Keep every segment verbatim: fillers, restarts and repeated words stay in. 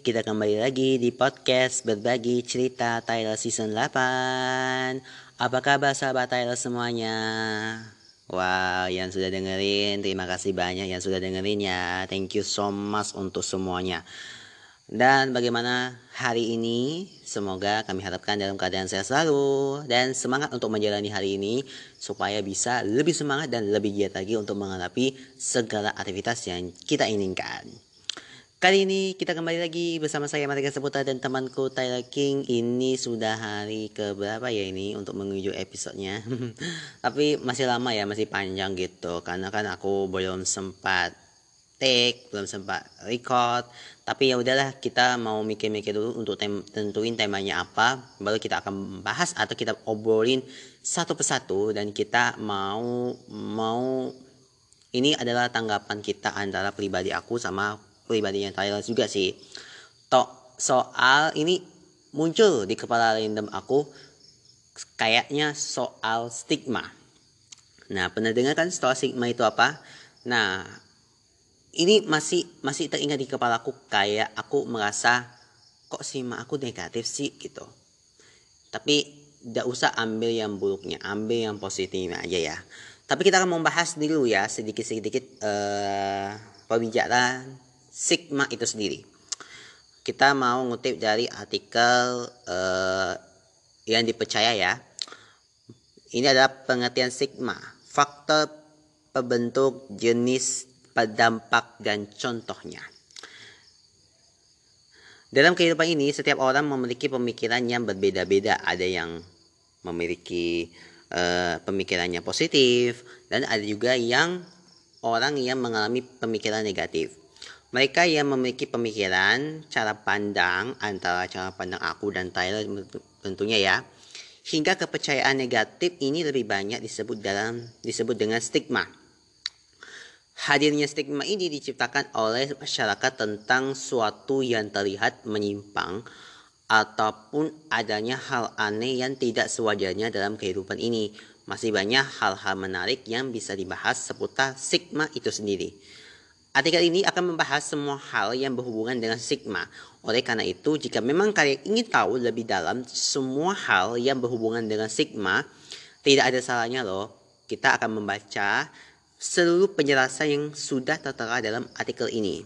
kita kembali lagi di podcast Berbagi Cerita Tyler Season delapan. Apa kabar sahabat Tyler semuanya? Wow, yang sudah dengerin, terima kasih banyak yang sudah dengerin ya. Thank you so much untuk semuanya. Dan bagaimana hari ini? Semoga kami harapkan dalam keadaan sehat selalu dan semangat untuk menjalani hari ini supaya bisa lebih semangat dan lebih giat lagi untuk menghadapi segala aktivitas yang kita inginkan. Kali ini kita kembali lagi bersama saya Marga Seputar dan temanku Tyler King. Ini sudah hari ke berapa ya ini untuk menuju episodenya. Tapi masih lama ya, masih panjang gitu. Karena kan aku belum sempat take, belum sempat record. Tapi ya udahlah, kita mau mikir-mikir dulu untuk tem- tentuin temanya apa. Baru kita akan bahas atau kita obrolin satu persatu dan kita mau mau ini adalah tanggapan kita antara pribadi aku sama pribadinya Tyler juga sih. Tok soal ini muncul di kepala random aku kayaknya soal stigma. Nah, pernah dengar kan soal stigma itu apa? Nah, ini masih masih teringat di kepalaku, kayak aku merasa kok stigma aku negatif sih gitu. Tapi tidak usah ambil yang buruknya, ambil yang positifnya aja ya. Tapi kita akan membahas dulu ya sedikit-sedikit uh, pembicaraan stigma itu sendiri. Kita mau ngutip dari artikel uh, yang dipercaya ya. Ini adalah pengertian stigma, faktor pembentuk, jenis, dampak, dan contohnya. Dalam kehidupan ini, setiap orang memiliki pemikiran yang berbeda-beda. Ada yang memiliki uh, pemikirannya positif, dan ada juga yang orang yang mengalami pemikiran negatif. Mereka yang memiliki pemikiran, cara pandang antara cara pandang aku dan Tyler tentunya ya, hingga kepercayaan negatif ini lebih banyak disebut dalam disebut dengan stigma. Hadirnya stigma ini diciptakan oleh masyarakat tentang suatu yang terlihat menyimpang ataupun adanya hal aneh yang tidak sewajarnya dalam kehidupan ini. Masih banyak hal-hal menarik yang bisa dibahas seputar stigma itu sendiri. Artikel ini akan membahas semua hal yang berhubungan dengan stigma. Oleh karena itu, jika memang kalian ingin tahu lebih dalam semua hal yang berhubungan dengan stigma, tidak ada salahnya loh kita akan membaca seluruh penjelasan yang sudah tertera dalam artikel ini.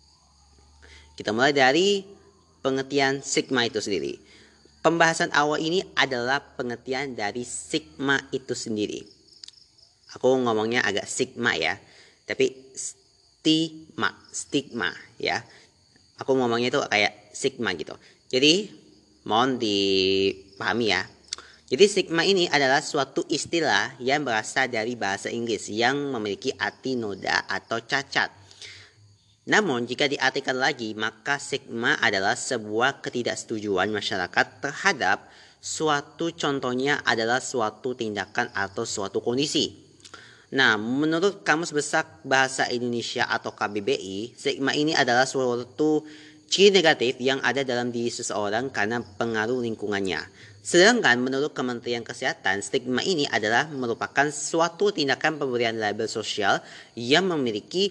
Kita mulai dari pengertian stigma itu sendiri. Pembahasan awal ini adalah pengertian dari stigma itu sendiri. Aku ngomongnya agak stigma ya, tapi stigma, stigma ya. Aku ngomongnya itu kayak stigma gitu. Jadi mohon dipahami ya. Jadi stigma ini adalah suatu istilah yang berasal dari bahasa Inggris yang memiliki arti noda atau cacat. Namun jika diartikan lagi, maka stigma adalah sebuah ketidaksetujuan masyarakat terhadap suatu, contohnya adalah suatu tindakan atau suatu kondisi. Nah, menurut Kamus Besar Bahasa Indonesia atau K B B I, stigma ini adalah suatu ciri negatif yang ada dalam diri seseorang karena pengaruh lingkungannya. Sedangkan menurut Kementerian Kesehatan, stigma ini adalah merupakan suatu tindakan pemberian label sosial yang memiliki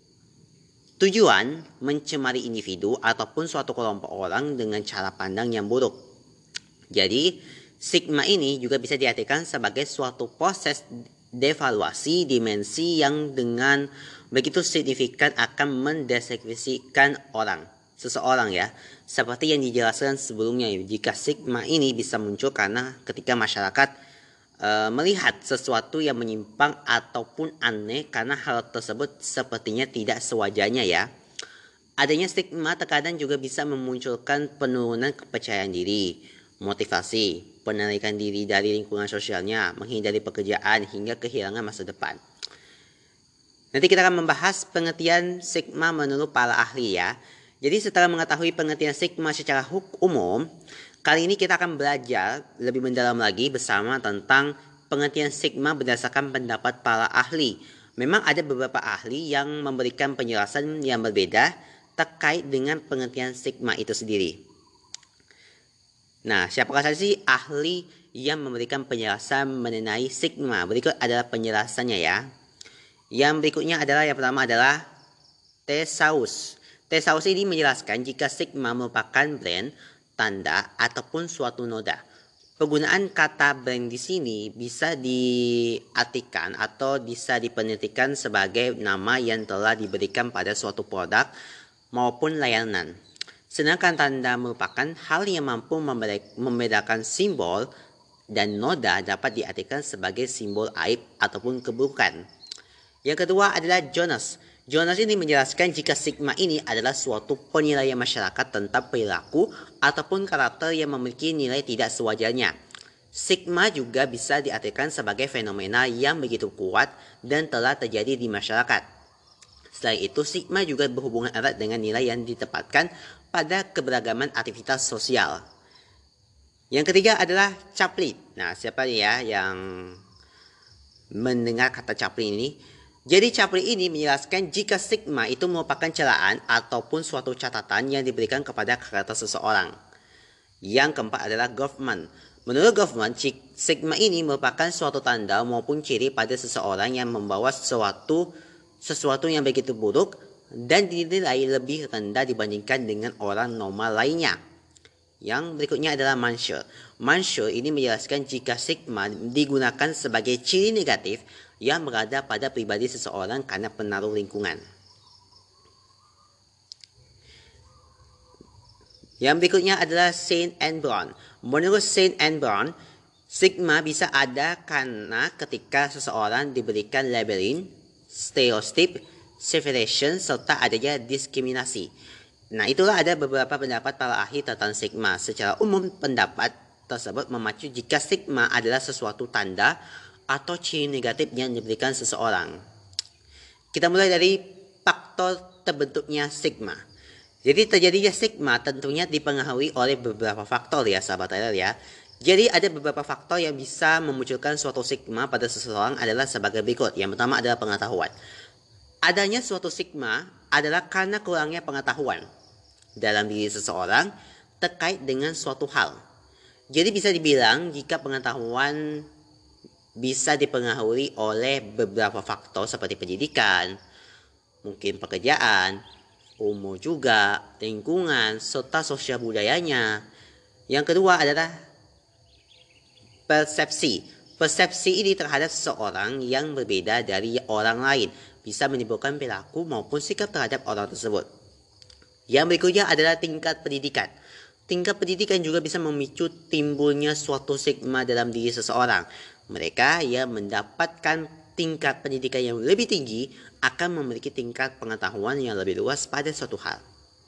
tujuan mencemari individu ataupun suatu kelompok orang dengan cara pandang yang buruk. Jadi, stigma ini juga bisa diartikan sebagai suatu proses devaluasi dimensi yang dengan begitu signifikan akan mendeskripsikan orang, seseorang ya. Seperti yang dijelaskan sebelumnya, jika stigma ini bisa muncul karena ketika masyarakat e, melihat sesuatu yang menyimpang ataupun aneh karena hal tersebut sepertinya tidak sewajarnya ya. Adanya stigma terkadang juga bisa memunculkan penurunan kepercayaan diri, motivasi, penarikan diri dari lingkungan sosialnya, menghindari pekerjaan hingga kehilangan masa depan. Nanti kita akan membahas pengertian stigma menurut para ahli ya. Jadi setelah mengetahui pengertian stigma secara umum, kali ini kita akan belajar lebih mendalam lagi bersama tentang pengertian stigma berdasarkan pendapat para ahli. Memang ada beberapa ahli yang memberikan penjelasan yang berbeda terkait dengan pengertian stigma itu sendiri. Nah, siapakah saja sih ahli yang memberikan penjelasan mengenai stigma? Berikut adalah penjelasannya ya. Yang berikutnya adalah yang pertama adalah Thesaurus. Thesaurus ini menjelaskan jika sigma merupakan brand, tanda, ataupun suatu noda. Penggunaan kata brand di sini bisa diartikan atau bisa dipengertikan sebagai nama yang telah diberikan pada suatu produk maupun layanan. Sedangkan tanda merupakan hal yang mampu membedakan simbol, dan noda dapat diartikan sebagai simbol aib ataupun keburukan. Yang kedua adalah Jonas. Jonas ini menjelaskan jika sigma ini adalah suatu penilaian masyarakat tentang perilaku ataupun karakter yang memiliki nilai tidak sewajarnya. Sigma juga bisa diartikan sebagai fenomena yang begitu kuat dan telah terjadi di masyarakat. Selain itu, sigma juga berhubungan erat dengan nilai yang ditempatkan pada keberagaman aktivitas sosial. Yang ketiga adalah capli. Nah, siapa ya yang mendengar kata capli ini? Jadi capli ini menjelaskan jika sigma itu merupakan celaan ataupun suatu catatan yang diberikan kepada karakter seseorang. Yang keempat adalah government. Menurut government, sigma ini merupakan suatu tanda maupun ciri pada seseorang yang membawa sesuatu sesuatu yang begitu buruk dan dinilai lebih rendah dibandingkan dengan orang normal lainnya. Yang berikutnya adalah Mansur. Mansur ini menjelaskan jika sigma digunakan sebagai ciri negatif yang berada pada pribadi seseorang karena pengaruh lingkungan. Yang berikutnya adalah Saint and Brown. Menurut Saint and Brown, sigma bisa ada karena ketika seseorang diberikan labeling, stereotip, separation, serta adanya diskriminasi. Nah, itulah ada beberapa pendapat para ahli tentang sigma. Secara umum, pendapat tersebut memacu jika sigma adalah sesuatu tanda atau ciri negatif yang diberikan seseorang. Kita mulai dari faktor terbentuknya sigma. Jadi terjadinya sigma tentunya dipengaruhi oleh beberapa faktor ya sahabat trader ya. Jadi ada beberapa faktor yang bisa memunculkan suatu sigma pada seseorang adalah sebagai berikut. Yang pertama adalah pengetahuan. Adanya suatu sigma adalah karena kurangnya pengetahuan dalam diri seseorang terkait dengan suatu hal. Jadi bisa dibilang jika pengetahuan bisa dipengaruhi oleh beberapa faktor seperti pendidikan, mungkin pekerjaan, umur juga, lingkungan, serta sosial budayanya. Yang kedua adalah persepsi. Persepsi ini terhadap seseorang yang berbeda dari orang lain bisa menimbulkan perilaku maupun sikap terhadap orang tersebut. Yang berikutnya adalah tingkat pendidikan. Tingkat pendidikan juga bisa memicu timbulnya suatu sigma dalam diri seseorang. Mereka yang mendapatkan tingkat pendidikan yang lebih tinggi akan memiliki tingkat pengetahuan yang lebih luas pada suatu hal.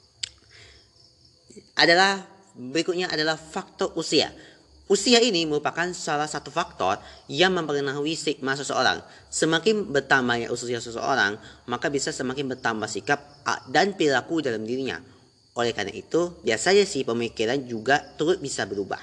Adalah berikutnya adalah faktor usia. Usia ini merupakan salah satu faktor yang mempengaruhi sigma seseorang. Semakin bertambahnya usia seseorang, maka bisa semakin bertambah sikap dan perilaku dalam dirinya. Oleh karena itu, biasanya sih pemikiran juga turut bisa berubah.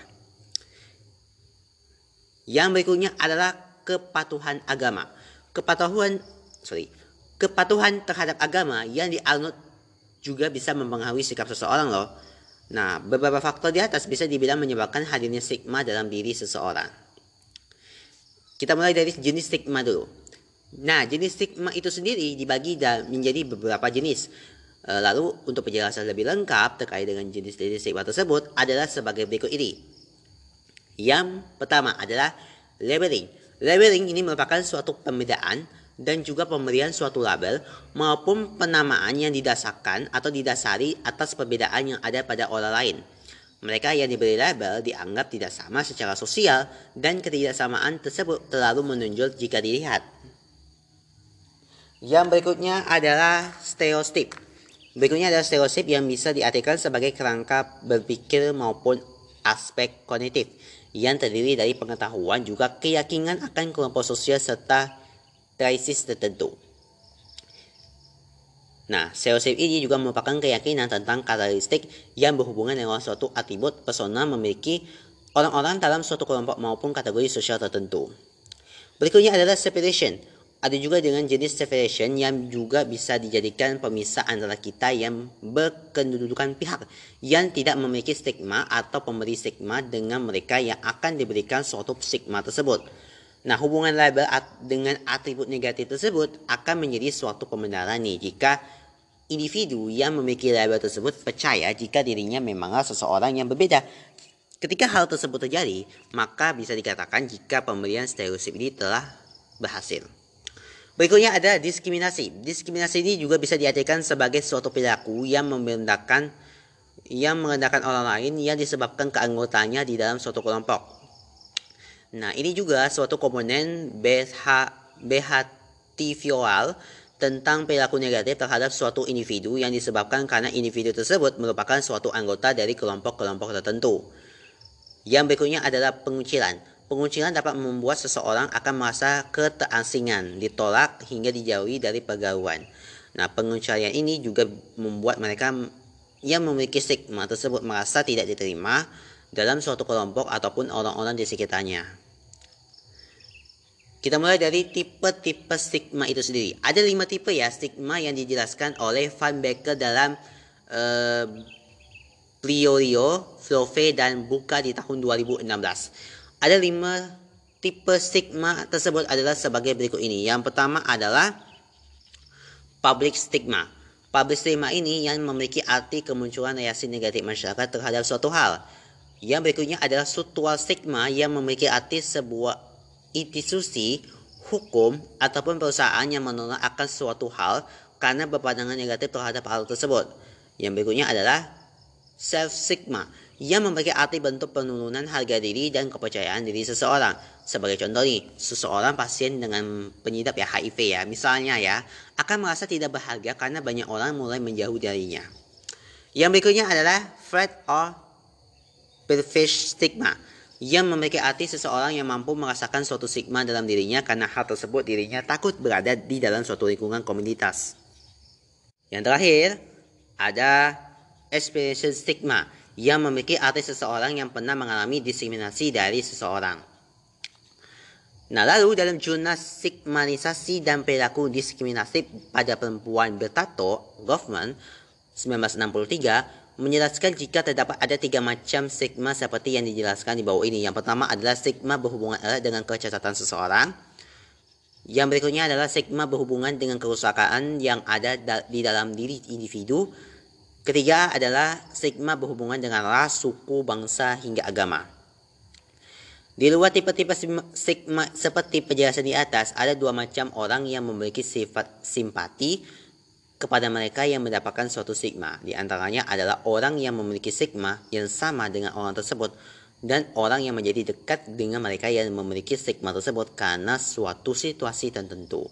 Yang berikutnya adalah kepatuhan agama. Kepatuhan, sorry, kepatuhan terhadap agama yang dianut juga bisa mempengaruhi sikap seseorang loh. Nah, beberapa faktor di atas bisa dibilang menyebabkan hadirnya sigma dalam diri seseorang. Kita mulai dari jenis sigma dulu. Nah, jenis sigma itu sendiri dibagi menjadi beberapa jenis. Lalu untuk penjelasan lebih lengkap terkait dengan jenis-jenis sigma tersebut adalah sebagai berikut ini. Yang pertama adalah labeling. Labeling ini merupakan suatu pembedaan dan juga pemberian suatu label maupun penamaan yang didasarkan atau didasari atas perbedaan yang ada pada orang lain. Mereka yang diberi label dianggap tidak sama secara sosial dan ketidaksamaan tersebut terlalu menonjol jika dilihat. Yang berikutnya adalah stereotip. Berikutnya adalah stereotip yang bisa diartikan sebagai kerangka berpikir maupun aspek kognitif yang terdiri dari pengetahuan juga keyakinan akan kelompok sosial serta teorisis tertentu. Nah, stereotip ini juga merupakan keyakinan tentang karakteristik yang berhubungan dengan suatu atribut personal memiliki orang-orang dalam suatu kelompok maupun kategori sosial tertentu. Berikutnya adalah separation. Ada juga dengan jenis separation yang juga bisa dijadikan pemisah antara kita yang berkedudukan pihak yang tidak memiliki stigma atau pemberi stigma dengan mereka yang akan diberikan suatu stigma tersebut. Nah, hubungan label dengan atribut negatif tersebut akan menjadi suatu pembenaran nih jika individu yang memiliki label tersebut percaya jika dirinya memanglah seseorang yang berbeda. Ketika hal tersebut terjadi, maka bisa dikatakan jika pemberian stereotip ini telah berhasil. Berikutnya ada diskriminasi. Diskriminasi ini juga bisa diartikan sebagai suatu perilaku yang merendahkan yang merendahkan orang lain yang disebabkan keanggotaannya di dalam suatu kelompok. Nah, ini juga suatu komponen behavioral tentang perilaku negatif terhadap suatu individu yang disebabkan karena individu tersebut merupakan suatu anggota dari kelompok-kelompok tertentu. Yang berikutnya adalah pengucilan. Pengucilan dapat membuat seseorang akan merasa keterasingan, ditolak hingga dijauhi dari pergaulan. Nah, pengucilan ini juga membuat mereka yang memiliki stigma tersebut merasa tidak diterima dalam suatu kelompok ataupun orang-orang di sekitarnya. Kita mulai dari tipe-tipe stigma itu sendiri. Ada lima tipe ya stigma yang dijelaskan oleh Van Becker dalam uh, Priorio, Flove, dan Buka di tahun dua ribu enam belas. Ada lima tipe stigma tersebut adalah sebagai berikut ini. Yang pertama adalah public stigma. Public stigma ini yang memiliki arti kemunculan reaksi negatif masyarakat terhadap suatu hal. Yang berikutnya adalah structural stigma yang memiliki arti sebuah institusi, hukum, ataupun perusahaan yang menolak akan suatu hal karena berpandangan negatif terhadap hal tersebut. Yang berikutnya adalah self stigma yang memiliki arti bentuk penurunan harga diri dan kepercayaan diri seseorang. Sebagai contoh nih, seseorang pasien dengan pengidap ya H I V ya, misalnya ya, akan merasa tidak berharga karena banyak orang mulai menjauh darinya. Yang berikutnya adalah threat or perceived stigma yang memiliki arti seseorang yang mampu merasakan suatu stigma dalam dirinya karena hal tersebut dirinya takut berada di dalam suatu lingkungan komunitas. Yang terakhir ada experiential stigma yang memiliki arti seseorang yang pernah mengalami diskriminasi dari seseorang. Nah, lalu dalam jurnal stigmatisasi dan perilaku diskriminatif pada perempuan bertato, Goffman seribu sembilan ratus enam puluh tiga menjelaskan jika terdapat ada tiga macam stigma seperti yang dijelaskan di bawah ini. Yang pertama adalah stigma berhubungan erat dengan kecacatan seseorang. Yang berikutnya adalah stigma berhubungan dengan kerusakan yang ada di dalam diri individu. Ketiga adalah stigma berhubungan dengan ras, suku, bangsa, hingga agama. Di luar tipe-tipe stigma seperti penjelasan di atas, ada dua macam orang yang memiliki sifat simpati kepada mereka yang mendapatkan suatu stigma. Di antaranya adalah orang yang memiliki stigma yang sama dengan orang tersebut dan orang yang menjadi dekat dengan mereka yang memiliki stigma tersebut karena suatu situasi tertentu.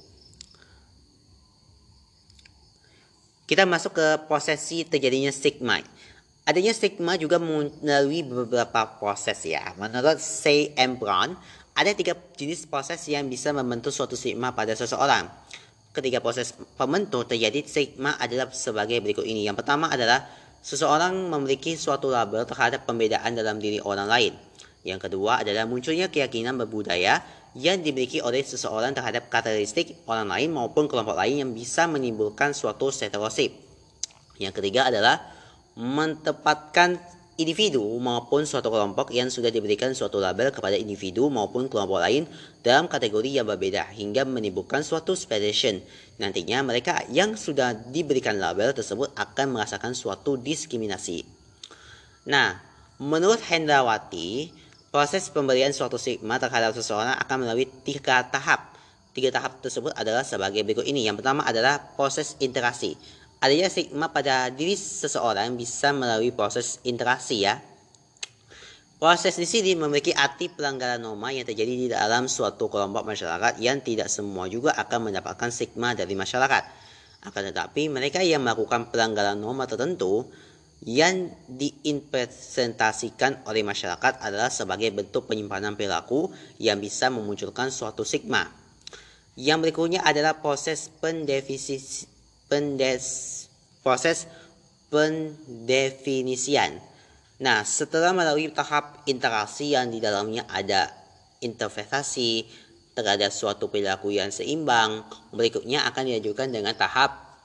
Kita masuk ke prosesi terjadinya stigma. Adanya stigma juga melalui beberapa proses ya. Menurut Say and Brown, ada tiga jenis proses yang bisa membentuk suatu stigma pada seseorang. Ketiga proses pembentuk terjadi stigma adalah sebagai berikut ini. Yang pertama adalah seseorang memiliki suatu label terhadap pembedaan dalam diri orang lain. Yang kedua adalah munculnya keyakinan berbudaya yang dimiliki oleh seseorang terhadap karakteristik orang lain maupun kelompok lain yang bisa menimbulkan suatu stereotip. Yang ketiga adalah menempatkan individu maupun suatu kelompok yang sudah diberikan suatu label kepada individu maupun kelompok lain dalam kategori yang berbeda hingga menimbulkan suatu speculation. Nantinya mereka yang sudah diberikan label tersebut akan merasakan suatu diskriminasi. Nah, menurut Hendrawati, proses pemberian suatu stigma terhadap seseorang akan melalui tiga tahap. Tiga tahap tersebut adalah sebagai berikut ini. Yang pertama adalah proses interaksi. Adanya stigma pada diri seseorang bisa melalui proses interaksi ya. Proses di sini memiliki arti pelanggaran norma yang terjadi di dalam suatu kelompok masyarakat yang tidak semua juga akan mendapatkan stigma dari masyarakat. Akan tetapi mereka yang melakukan pelanggaran norma tertentu yang diinpresentasikan oleh masyarakat adalah sebagai bentuk penyimpanan perilaku yang bisa memunculkan suatu stigma. Yang berikutnya adalah proses pendefinisi, pendes, proses pendefinisian. Nah, setelah melalui tahap interaksi yang di dalamnya ada interpretasi terhadap suatu perilaku yang seimbang, berikutnya akan dilanjutkan dengan tahap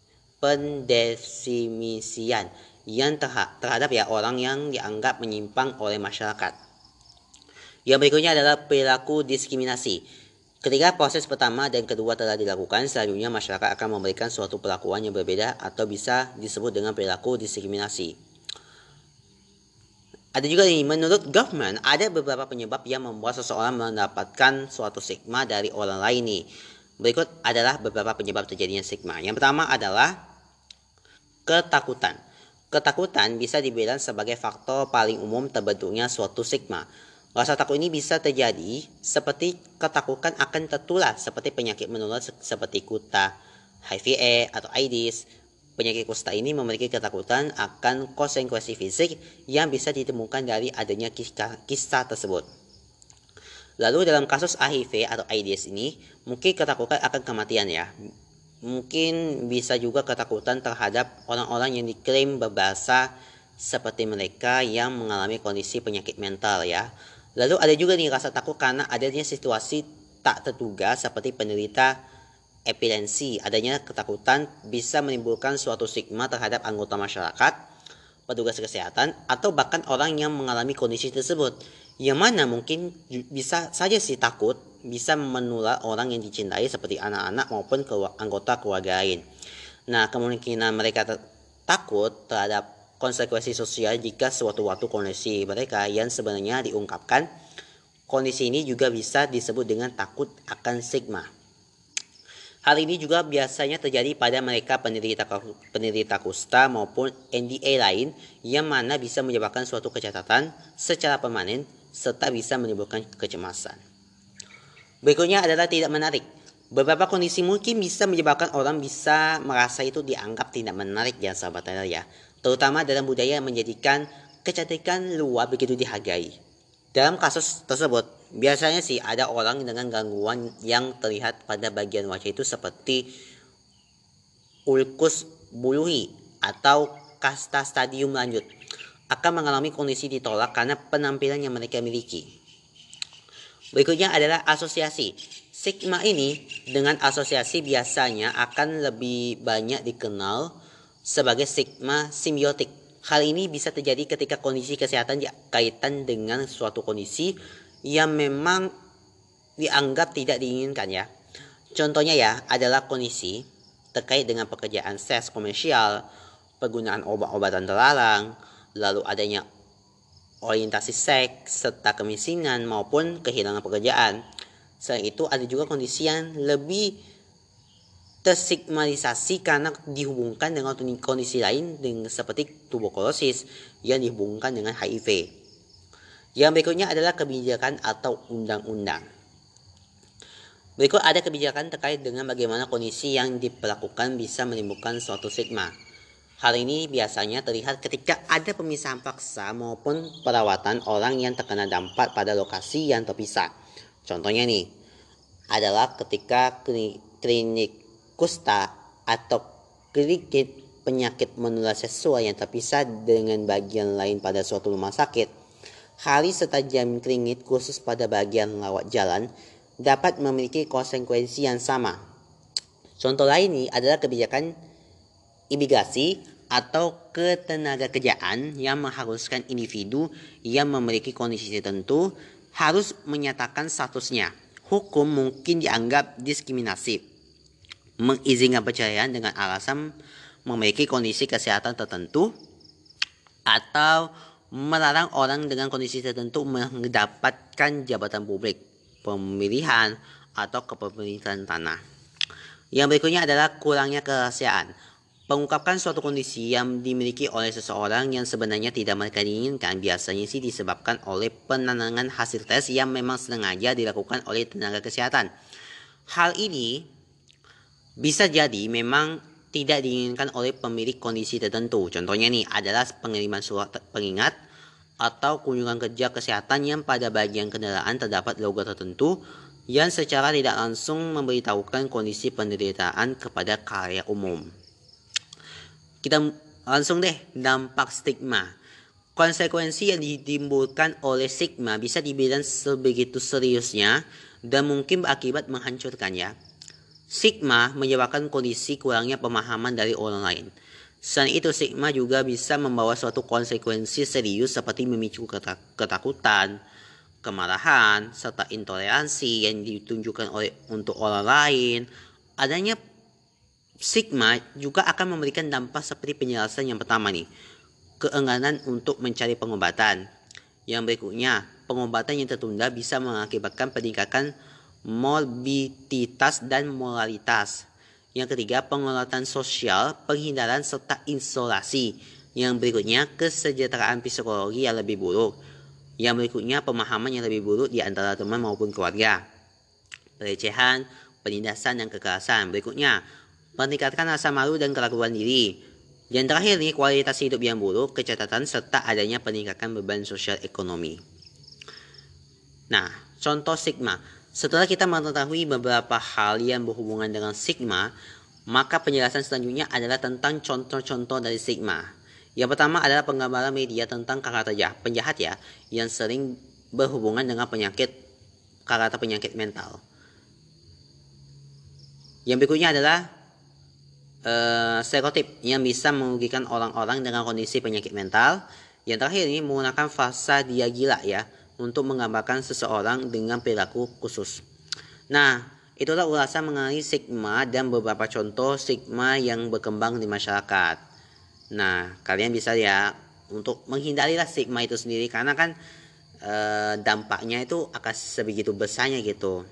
pendefinisian yang terhadap ya orang yang dianggap menyimpang oleh masyarakat. Yang berikutnya adalah perilaku diskriminasi. Ketika proses pertama dan kedua telah dilakukan, selanjutnya masyarakat akan memberikan suatu perlakuan yang berbeda atau bisa disebut dengan perilaku diskriminasi. Ada juga nih, menurut Goffman, ada beberapa penyebab yang membuat seseorang mendapatkan suatu stigma dari orang lain nih. Berikut adalah beberapa penyebab terjadinya stigma. Yang pertama adalah ketakutan. Ketakutan bisa dibilang sebagai faktor paling umum terbentuknya suatu stigma. Rasa takut ini bisa terjadi seperti ketakutan akan tertular seperti penyakit menular seperti kusta, H I V atau AIDS. Penyakit kusta ini memiliki ketakutan akan konsekuensi fisik yang bisa ditemukan dari adanya kisah, kisah tersebut. Lalu dalam kasus H I V atau AIDS ini, mungkin ketakutan akan kematian ya. Mungkin bisa juga ketakutan terhadap orang-orang yang diklaim berbahasa seperti mereka yang mengalami kondisi penyakit mental ya. Lalu ada juga nih rasa takut karena adanya situasi tak terduga seperti penderita epilepsi. Adanya ketakutan bisa menimbulkan suatu stigma terhadap anggota masyarakat, petugas kesehatan, atau bahkan orang yang mengalami kondisi tersebut. Yang mana mungkin bisa saja sih takut bisa menular orang yang dicintai seperti anak-anak maupun anggota keluarga lain. Nah, kemungkinan mereka takut terhadap konsekuensi sosial jika suatu waktu kondisi mereka yang sebenarnya diungkapkan. Kondisi ini juga bisa disebut dengan takut akan stigma. Hal ini juga biasanya terjadi pada mereka penderita penderita kusta maupun N D A lain yang mana bisa menyebabkan suatu kecacatan secara permanen serta bisa menimbulkan kecemasan. Berikutnya adalah tidak menarik. Beberapa kondisi mungkin bisa menyebabkan orang bisa merasa itu dianggap tidak menarik ya sahabat ya. Terutama dalam budaya yang menjadikan kecantikan luar begitu dihargai. Dalam kasus tersebut, biasanya sih ada orang dengan gangguan yang terlihat pada bagian wajah itu seperti ulkus buluhi atau kasta stadium lanjut akan mengalami kondisi ditolak karena penampilan yang mereka miliki. Berikutnya adalah asosiasi. Stigma ini dengan asosiasi biasanya akan lebih banyak dikenal sebagai stigma simbiotik. Hal ini bisa terjadi ketika kondisi kesehatan berkaitan dengan suatu kondisi yang memang dianggap tidak diinginkan ya. Contohnya ya adalah kondisi terkait dengan pekerjaan seks komersial, penggunaan obat-obatan terlarang, lalu adanya orientasi seks serta kemiskinan maupun kehilangan pekerjaan. Selain itu ada juga kondisi yang lebih terstigmatisasi karena dihubungkan dengan kondisi lain dengan seperti tuberkulosis yang dihubungkan dengan H I V. Yang berikutnya adalah kebijakan atau undang-undang. Berikut ada kebijakan terkait dengan bagaimana kondisi yang diperlakukan bisa menimbulkan suatu stigma. Hal ini biasanya terlihat ketika ada pemisahan paksa maupun perawatan orang yang terkena dampak pada lokasi yang terpisah. Contohnya nih, adalah ketika klinik kusta atau klinik penyakit menular seksual yang terpisah dengan bagian lain pada suatu rumah sakit. Hari serta jam klinik khusus pada bagian rawat jalan dapat memiliki konsekuensi yang sama. Contoh lain ini adalah kebijakan imigrasi atau ketenagakerjaan yang mengharuskan individu yang memiliki kondisi tertentu harus menyatakan statusnya. Hukum mungkin dianggap diskriminatif. Mengizinkan perceraian dengan alasan memiliki kondisi kesehatan tertentu atau melarang orang dengan kondisi tertentu mendapatkan jabatan publik, pemilihan, atau kepemilikan tanah. Yang berikutnya adalah kurangnya kerahasiaan. Pengungkapkan suatu kondisi yang dimiliki oleh seseorang yang sebenarnya tidak mereka inginkan biasanya sih disebabkan oleh penanganan hasil tes yang memang sengaja dilakukan oleh tenaga kesehatan. Hal ini bisa jadi memang tidak diinginkan oleh pemilik kondisi tertentu. Contohnya nih adalah pengiriman surat pengingat atau kunjungan kerja kesehatan yang pada bagian kendaraan terdapat logo tertentu yang secara tidak langsung memberitahukan kondisi penderitaan kepada khalayak umum. Kita langsung deh dampak stigma. Konsekuensi yang ditimbulkan oleh stigma bisa dibilang sebegitu seriusnya dan mungkin berakibat menghancurkan ya. Stigma menyebabkan kondisi kurangnya pemahaman dari orang lain. Selain itu, stigma juga bisa membawa suatu konsekuensi serius seperti memicu ketakutan, kemarahan, serta intoleransi yang ditunjukkan oleh untuk orang lain. Adanya stigma juga akan memberikan dampak seperti penjelasan yang pertama nih, keengganan untuk mencari pengobatan. Yang berikutnya, pengobatan yang tertunda bisa mengakibatkan peningkatan morbiditas dan moralitas. Yang ketiga, penguatan sosial, penghindaran serta isolasi. Yang berikutnya, kesejahteraan psikologi yang lebih buruk. Yang berikutnya, pemahaman yang lebih buruk di antara teman maupun keluarga. Pelecehan, penindasan, dan kekerasan. Berikutnya, meningkatkan rasa malu dan keraguan diri. Yang terakhir nih, kualitas hidup yang buruk, kecacatan, serta adanya peningkatan beban sosial ekonomi. Nah, contoh stigma. Setelah kita mengetahui beberapa hal yang berhubungan dengan stigma, maka penjelasan selanjutnya adalah tentang contoh-contoh dari stigma. Yang pertama adalah penggambaran media tentang karakter penjahat ya, yang sering berhubungan dengan penyakit karakter penyakit mental. Yang berikutnya adalah uh, stereotip yang bisa merugikan orang-orang dengan kondisi penyakit mental. Yang terakhir ini menggunakan frasa dia gila ya, untuk menggambarkan seseorang dengan perilaku khusus. Nah, itulah ulasan mengenai stigma dan beberapa contoh stigma yang berkembang di masyarakat. Nah, kalian bisa ya untuk menghindarilah stigma itu sendiri, karena kan e, dampaknya itu akan sebegitu besarnya gitu.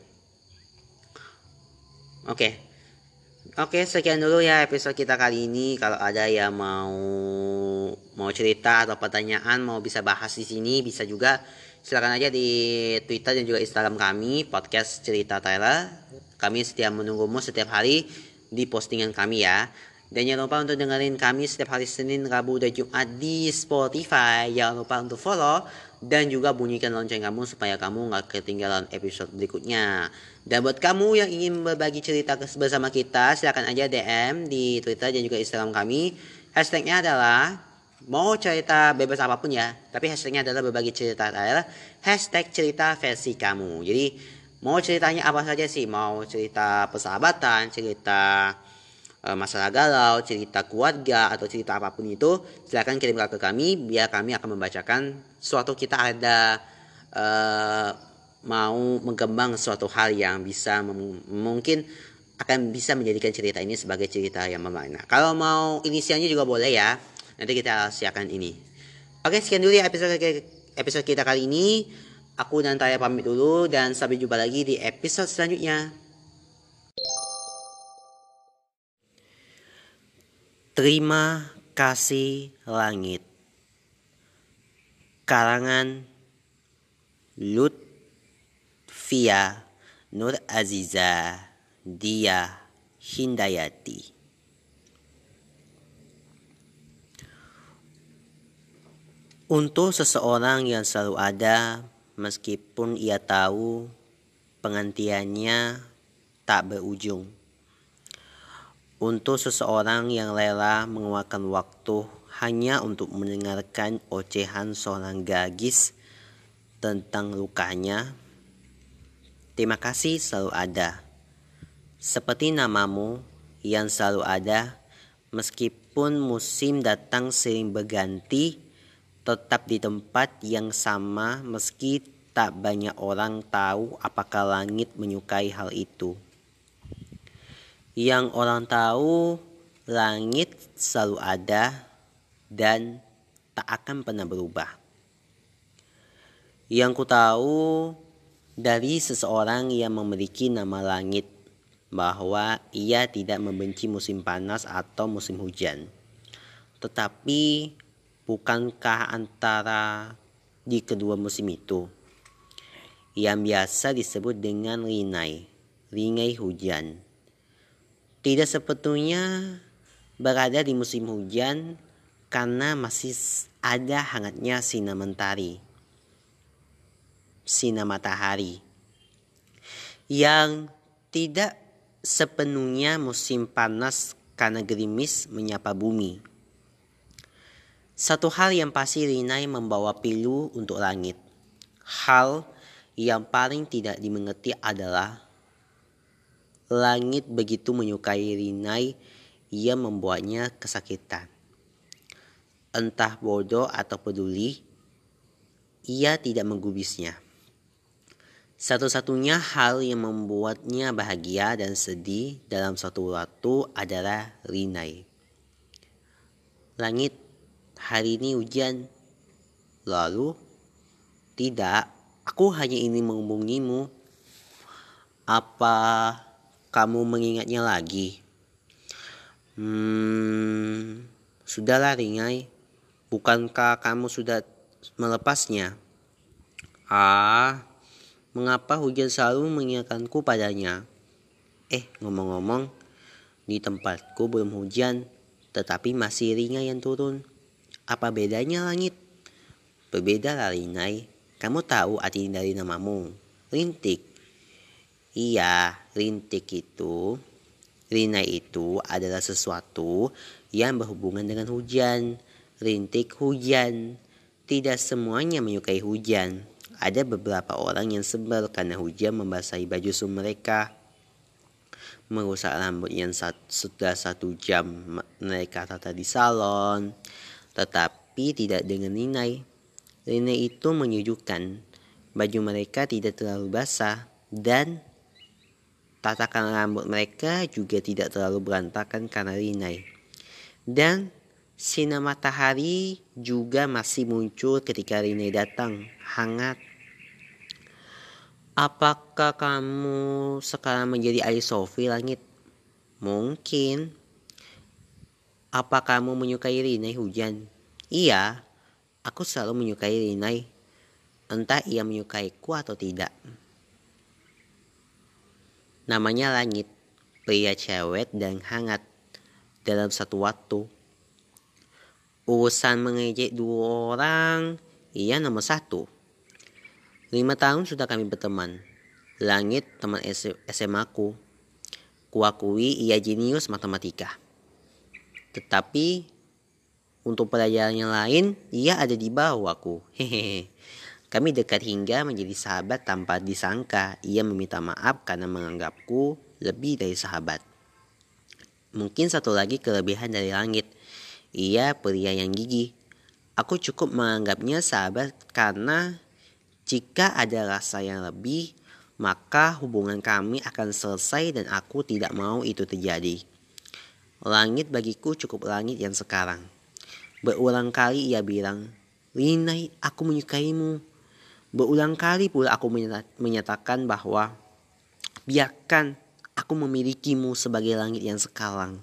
Oke. Oke, sekian dulu ya episode kita kali ini. Kalau ada yang mau mau cerita atau pertanyaan, mau bisa bahas di sini, bisa juga silakan aja di Twitter dan juga Instagram kami, podcast Cerita Tyler. Kami setia menunggumu setiap hari di postingan kami ya. Dan jangan lupa untuk dengerin kami setiap hari Senin, Rabu, dan Jumat di Spotify. Jangan lupa untuk follow dan juga bunyikan lonceng kamu supaya kamu gak ketinggalan episode berikutnya. Dan buat kamu yang ingin berbagi cerita bersama kita, silakan aja D M di Twitter dan juga Instagram kami. Hashtagnya adalah mau cerita bebas apapun ya, tapi hashtagnya adalah berbagi cerita adalah hashtag cerita versi kamu. Jadi mau ceritanya apa saja sih, mau cerita persahabatan, cerita e, masalah galau, cerita keluarga, atau cerita apapun itu, silakan kirimkan ke kami, biar kami akan membacakan suatu kita ada e, mau mengembang suatu hal yang bisa mem- mungkin akan bisa menjadikan cerita ini sebagai cerita yang menarik. Nah, kalau mau inisialnya juga boleh ya. Nanti kita siapkan ini. Oke, sekian dulu ya episode episode kita kali ini. Aku dan Taya pamit dulu dan sampai jumpa lagi di episode selanjutnya. Terima kasih langit. Karangan Lutfia Nur Aziza Dia Hindayati. Untuk seseorang yang selalu ada meskipun ia tahu penantiannya tak berujung. Untuk seseorang yang rela mengeluarkan waktu hanya untuk mendengarkan ocehan seorang gadis tentang lukanya. Terima kasih selalu ada. Seperti namamu yang selalu ada meskipun musim datang sering berganti. Tetap di tempat yang sama meski tak banyak orang tahu apakah langit menyukai hal itu. Yang orang tahu, langit selalu ada dan tak akan pernah berubah. Yang ku tahu dari seseorang yang memiliki nama langit, bahwa ia tidak membenci musim panas atau musim hujan. Tetapi bukankah antara di kedua musim itu yang biasa disebut dengan rinai, rinai hujan, tidak sepatutnya berada di musim hujan karena masih ada hangatnya sinar mentari, sinar matahari, yang tidak sepenuhnya musim panas karena gerimis menyapa bumi. Satu hal yang pasti rinai membawa pilu untuk langit. Hal yang paling tidak dimengerti adalah langit begitu menyukai rinai, ia membuatnya kesakitan. Entah bodoh atau peduli, ia tidak menggubrisnya. Satu-satunya hal yang membuatnya bahagia dan sedih dalam suatu waktu adalah Rinai. Langit, hari ini hujan. Lalu, tidak, aku hanya ingin menghubungimu. Apa kamu mengingatnya lagi? Hmm, sudahlah Rinai. Bukankah kamu sudah melepasnya? Ah, mengapa hujan selalu mengingatkanku padanya? Eh, ngomong-ngomong, di tempatku belum hujan, tetapi masih Rinai yang turun. Apa bedanya langit? Berbeda lah Rinai. Kamu tahu arti dari namamu? Rintik. Iya, rintik itu, Rinai itu adalah sesuatu yang berhubungan dengan hujan. Rintik hujan. Tidak semuanya menyukai hujan. Ada beberapa orang yang sebel karena hujan membasahi baju mereka, merusak rambut yang sudah satu jam mereka tata di salon. Tetapi tidak dengan Rinai. Rinai itu menyejukkan. Baju mereka tidak terlalu basah dan tatakan rambut mereka juga tidak terlalu berantakan karena Rinai. Dan sinar matahari juga masih muncul ketika Rinai datang, hangat. Apakah kamu sekarang menjadi Ali Sofi langit? Mungkin. Apa kamu menyukai Rinai hujan? Iya, aku selalu menyukai Rinai. Entah ia menyukaiku atau tidak. Namanya Langit, pria cewek dan hangat dalam satu waktu. Urusan mengejek dua orang, ia nomor satu. Lima tahun sudah kami berteman. Langit teman S M A-ku. Kuakui ia jenius matematika. Tetapi untuk pelajaran yang lain, ia ada di bawahku. Hehehe. Kami dekat hingga menjadi sahabat tanpa disangka. Ia meminta maaf karena menganggapku lebih dari sahabat. Mungkin satu lagi kelebihan dari Langit. Ia pria yang gigih. Aku cukup menganggapnya sahabat karena jika ada rasa yang lebih, maka hubungan kami akan selesai dan aku tidak mau itu terjadi. Langit bagiku cukup langit yang sekarang. Berulang kali ia bilang, Rinai, aku menyukaimu. Berulang kali pula aku menyatakan bahwa biarkan aku memilikimu sebagai langit yang sekarang.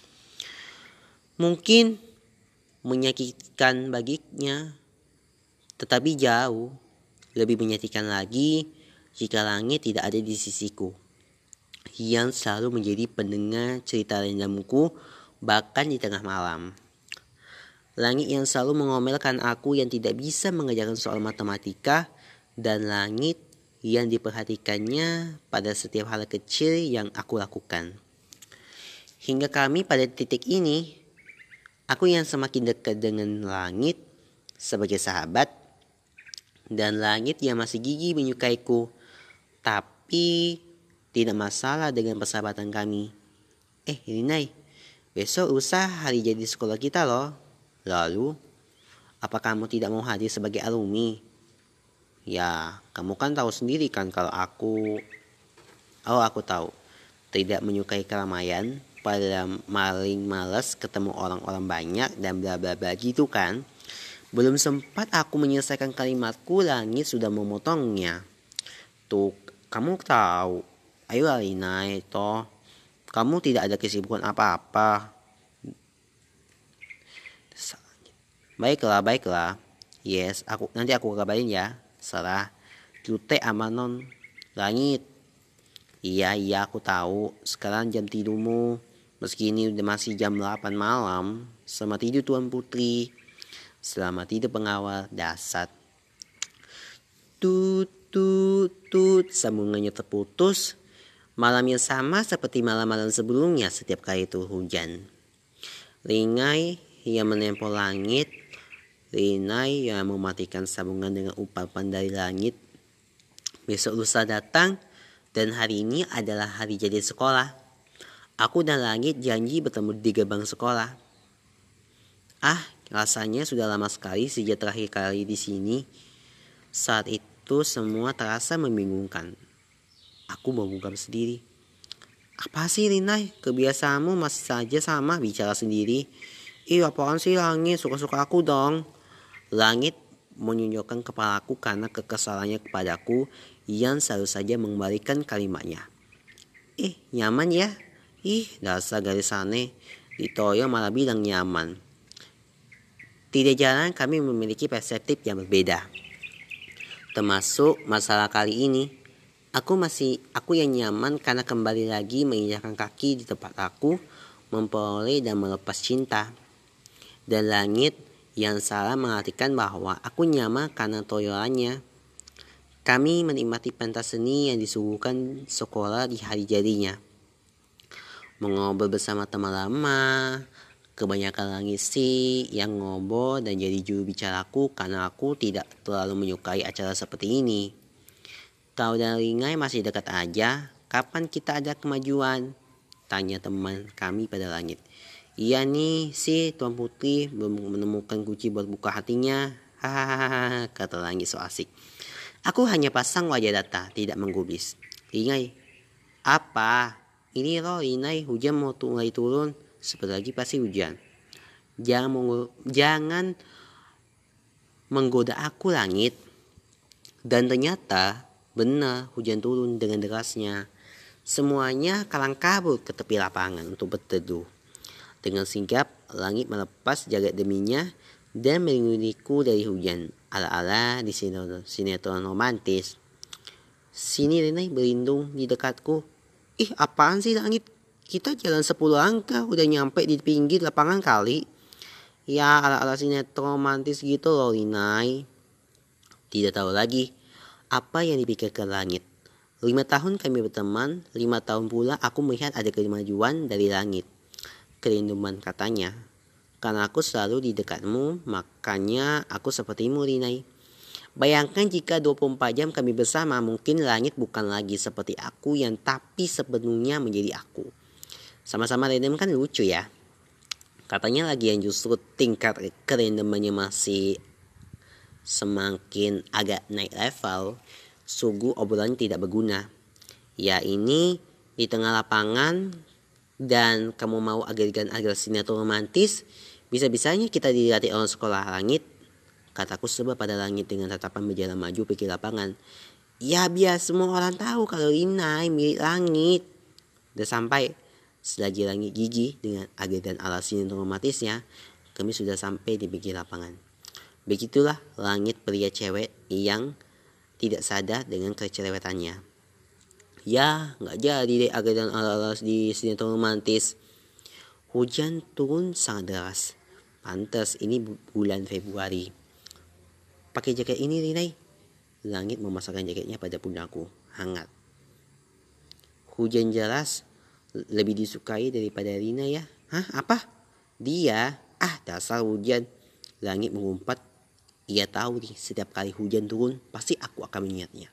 Mungkin menyakitkan baginya, tetapi jauh lebih menyakitkan lagi jika langit tidak ada di sisiku, yang selalu menjadi pendengar cerita rendamuku bahkan di tengah malam. Langit yang selalu mengomelkan aku yang tidak bisa mengerjakan soal matematika, dan langit yang diperhatikannya pada setiap hal kecil yang aku lakukan. Hingga kami pada titik ini, aku yang semakin dekat dengan langit sebagai sahabat, dan langit yang masih gigih menyukaiku, tapi tidak masalah dengan persahabatan kami. Eh Rinai, besok lusa hari jadi sekolah kita loh. Lalu, apa kamu tidak mau hadir sebagai alumni? Ya, kamu kan tahu sendiri kan kalau aku, oh aku tahu, tidak menyukai keramaian, pada maling malas ketemu orang-orang banyak dan bla bla bla gitu kan. Belum sempat aku menyelesaikan kalimatku, langit sudah memotongnya. Tuh, kamu tahu. Ayo Rinai, toh. Kamu tidak ada kesibukan apa-apa. Baiklah, baiklah. Yes, aku nanti aku kabarin ya. Salah. Cute amanon. Langit. Iya, iya aku tahu. Sekarang jam tidurmu. Meski ini udah masih jam delapan malam. Selamat tidur Tuan Putri. Selamat tidur pengawal dasar. Tut tut tut, sambungannya terputus. Malam yang sama seperti malam-malam sebelumnya setiap kali itu hujan. Rinai yang menempel langit. Rinai yang mematikan sambungan dengan upapan dari langit. Besok lusa datang dan hari ini adalah hari jadi sekolah. Aku dan langit janji bertemu di gerbang sekolah. Ah, rasanya sudah lama sekali sejak terakhir kali di sini. Saat itu itu semua terasa membingungkan. Aku membungkam sendiri. Apa sih Rinai? Kebiasaanmu masih saja sama bicara sendiri. Ih apaan sih langit? Suka-suka aku dong. Langit menunjukkan kepalaku karena kekesalannya kepadaku yang selalu saja mengembalikan kalimatnya. Eh nyaman ya? Ih dasar garis aneh. Ditoyo malah bilang nyaman. Tidak jarang kami memiliki perspektif yang berbeda. Termasuk masalah kali ini. Aku masih aku yang nyaman karena kembali lagi menginjakkan kaki di tempat aku memperoleh dan melepas cinta. Dan langit yang salah mengartikan bahwa aku nyaman karena toyolannya. Kami menikmati pentas seni yang disuguhkan sekolah di hari jadinya. Mengobrol bersama teman lama. Kebanyakan langit sih yang ngobrol dan jadi juru bicaraku karena aku tidak terlalu menyukai acara seperti ini. Kau dan Ringai masih dekat aja. Kapan kita ada kemajuan? Tanya teman kami pada langit. Iya nih sih Tuan Putri belum menemukan kunci buat buka hatinya. Hahaha kata langit so asik. Aku hanya pasang wajah datar, tidak menggubris. Ringai. Apa? Ini loh Ringai, hujan mau mulai turun. Sebentar lagi pasti hujan. Jangan, menggo- jangan menggoda aku langit. Dan ternyata benar hujan turun dengan derasnya. Semuanya kalang kabut ke tepi lapangan untuk berteduh. Dengan sigap langit melepas jagat deminya dan melindungiku dari hujan. Ala-ala di sinetron romantis. Sini Renai berlindung di dekatku. Ih apaan sih langit? Kita jalan sepuluh langkah udah nyampe di pinggir lapangan kali. Ya ala-ala sinetron romantis gitu loh Renai. Tidak tahu lagi apa yang dipikirkan langit. Lima tahun kami berteman, lima tahun pula aku melihat ada kemajuan dari langit. Kerinduan katanya. Karena aku selalu di dekatmu, makanya aku sepertimu Rinai. Bayangkan jika dua puluh empat jam kami bersama, mungkin langit bukan lagi seperti aku yang tapi sepenuhnya menjadi aku. Sama-sama random kan lucu ya. Katanya lagi yang justru tingkat kerandomannya masih semakin agak naik level, sungguh obrolan tidak berguna. Ya ini di tengah lapangan dan kamu mau agar-agar sinetron romantis, bisa-bisanya kita dilatih orang sekolah langit. Kataku sebab pada langit dengan tatapan berjalan maju pergi lapangan. Ya biar semua orang tahu kalau Rinai milik langit. Udah sampai selagi langit gigi dengan agar dan alas sinetron romantisnya, kami sudah sampai di pinggir lapangan. Begitulah langit pria cewek yang tidak sadar dengan kecerewetannya. Ya, gak jadi deh agar dan alas di sinetron romantis. Hujan turun sangat deras. Pantas ini bulan Februari. Pakai jaket ini Rinai. Langit memasangkan jaketnya pada pundakku. Hangat. Hujan deras lebih disukai daripada Rinai ya. Hah apa? Dia? Ah dasar hujan. Langit mengumpat. Ia tahu nih setiap kali hujan turun pasti aku akan melihatnya.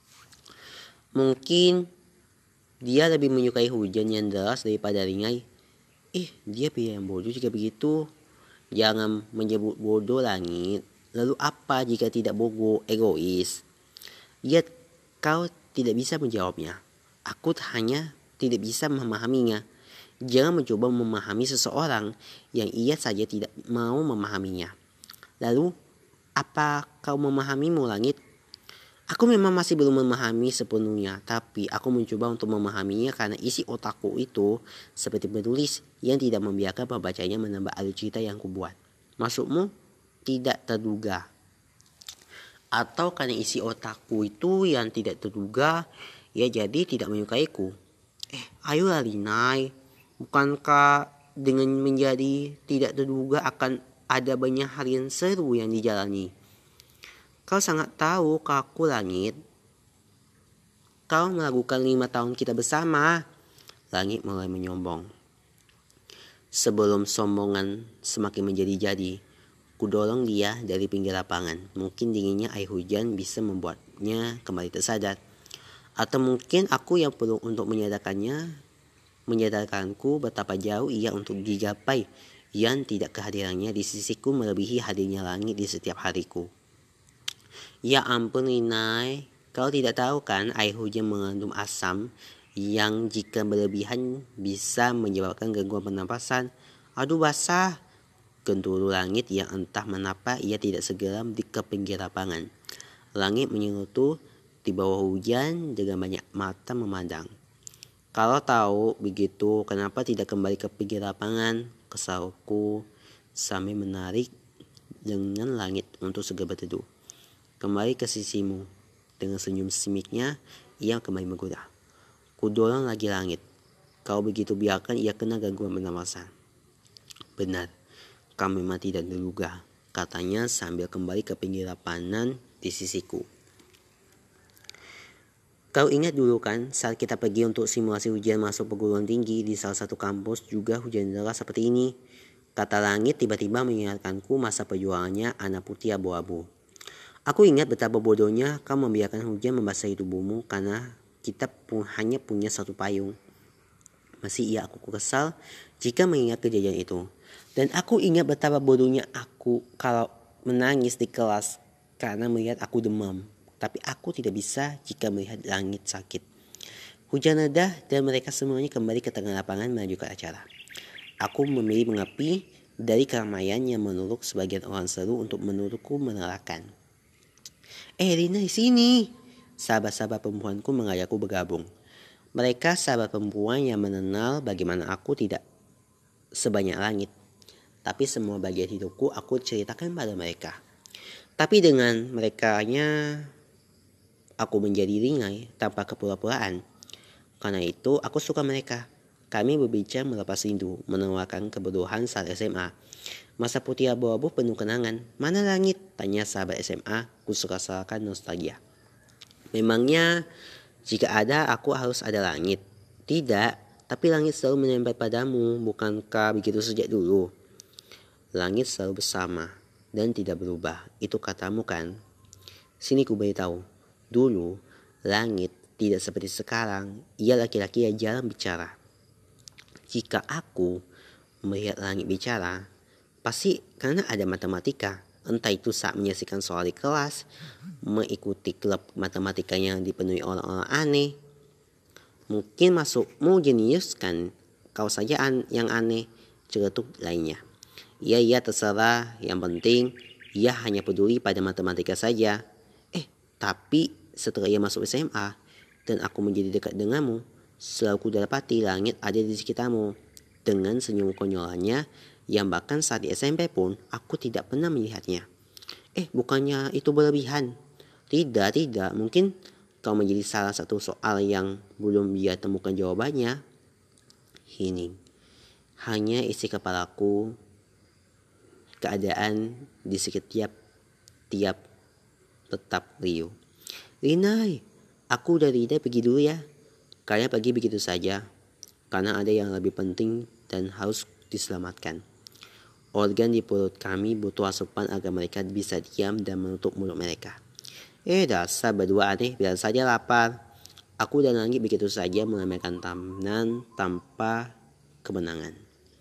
Mungkin dia lebih menyukai hujan yang deras daripada Rinai. Eh dia pria yang bodoh jika begitu. Jangan menyebut bodoh langit. Lalu apa jika tidak bodoh, egois? Lihat kau tidak bisa menjawabnya. Aku hanya tidak bisa memahaminya. Jangan mencoba memahami seseorang yang ia saja tidak mau memahaminya. Lalu apa kau memahamimu langit? Aku memang masih belum memahami sepenuhnya, tapi aku mencoba untuk memahaminya karena isi otakku itu seperti penulis yang tidak membiarkan pembacanya menambah alur cerita yang kubuat. Maksudmu tidak terduga? Atau karena isi otakku itu yang tidak terduga, ya jadi tidak menyukaiku? Eh, ayolah Rinai, bukankah dengan menjadi tidak terduga akan ada banyak hal yang seru yang dijalani? Kau sangat tahu ke aku langit. Kau melakukan lima tahun kita bersama. Langit mulai menyombong. Sebelum sombongan semakin menjadi-jadi, kudorong dia dari pinggir lapangan. Mungkin dinginnya air hujan bisa membuatnya kembali tersadar. Atau mungkin aku yang perlu untuk menyadarkannya, menyadarkanku betapa jauh ia untuk digapai, yang tidak kehadirannya di sisiku melebihi hadirnya langit di setiap hariku. Ya ampun Inai, kau tidak tahu kan air hujan mengandung asam yang jika berlebihan bisa menyebabkan gangguan pernapasan. Aduh basah. Genturu langit yang entah mengapa ia tidak segera di ke pinggir lapangan. Langit menyerutu di bawah hujan dengan banyak mata memandang. Kalau tahu begitu, kenapa tidak kembali ke pinggir lapangan? Kesalku sambil menarik dengan langit untuk segera berteduh. Kembali ke sisimu. Dengan senyum simiknya, ia kembali menggoda. Kudorong lagi langit. Kau begitu biarkan ia kena gangguan pernapasan. Benar, kau memang tidak terduga, katanya sambil kembali ke pinggir lapangan di sisiku. Kau ingat dulu kan saat kita pergi untuk simulasi ujian masuk perguruan tinggi di salah satu kampus juga hujan deras seperti ini. Kata langit tiba-tiba mengingatkanku masa perjuangannya anak putih abu-abu. Aku ingat betapa bodohnya kau membiarkan hujan membasahi tubuhmu karena kita pun hanya punya satu payung. Masih ia aku kesal jika mengingat kejadian itu. Dan aku ingat betapa bodohnya aku kalau menangis di kelas karena melihat aku demam. Tapi aku tidak bisa jika melihat langit sakit. Hujan reda dan mereka semuanya kembali ke tengah lapangan melanjutkan acara. Aku memilih mengapi dari keramaian yang menurut sebagian orang seru untuk menurutku menerakan. Eh Rina di sini. Sahabat-sahabat perempuanku mengajakku bergabung. Mereka sahabat perempuan yang mengenal bagaimana aku tidak sebanyak langit. Tapi semua bagian hidupku aku ceritakan pada mereka. Tapi dengan merekanya aku menjadi ringai tanpa kepura-puraan. Karena itu aku suka mereka. Kami berbincang melepas rindu, menawarkan kebodohan saat S M A. Masa putih abu-abu penuh kenangan. Mana langit? Tanya sahabat S M A. Ku suka-sukakan nostalgia. Memangnya jika ada aku harus ada langit? Tidak, tapi langit selalu menempel padamu. Bukankah begitu sejak dulu? Langit selalu bersama dan tidak berubah. Itu katamu kan? Sini ku beritahu. Dulu, langit tidak seperti sekarang. Ia laki-laki yang jarang bicara. Jika aku melihat langit bicara, pasti karena ada matematika. Entah itu saat menyaksikan soal di kelas, mengikuti klub matematika yang dipenuhi orang-orang aneh. Mungkin masukmu jenius kan? Kau saja an- yang aneh, celetuk lainnya. Iya, iya terserah, yang penting ia hanya peduli pada matematika saja. Eh, tapi setelah ia masuk S M A dan aku menjadi dekat denganmu, selalu kudapati langit ada di sekitarmu. Dengan senyum konyolannya yang bahkan saat di S M P pun aku tidak pernah melihatnya. Eh, bukannya itu berlebihan? Tidak, tidak, mungkin kau menjadi salah satu soal yang belum dia temukan jawabannya. Hening. Hanya isi kepalaku. Keadaan di setiap tiap tetap riuh. Rinai, aku dan Rina pergi dulu ya. Kalian pergi begitu saja. Karena ada yang lebih penting dan harus diselamatkan. Organ di perut kami butuh asupan agar mereka bisa diam dan menutup mulut mereka. Eh dasar berdua aneh, biar saja lapar. Aku dan Langit begitu saja melambaikan tangan tanpa kemenangan.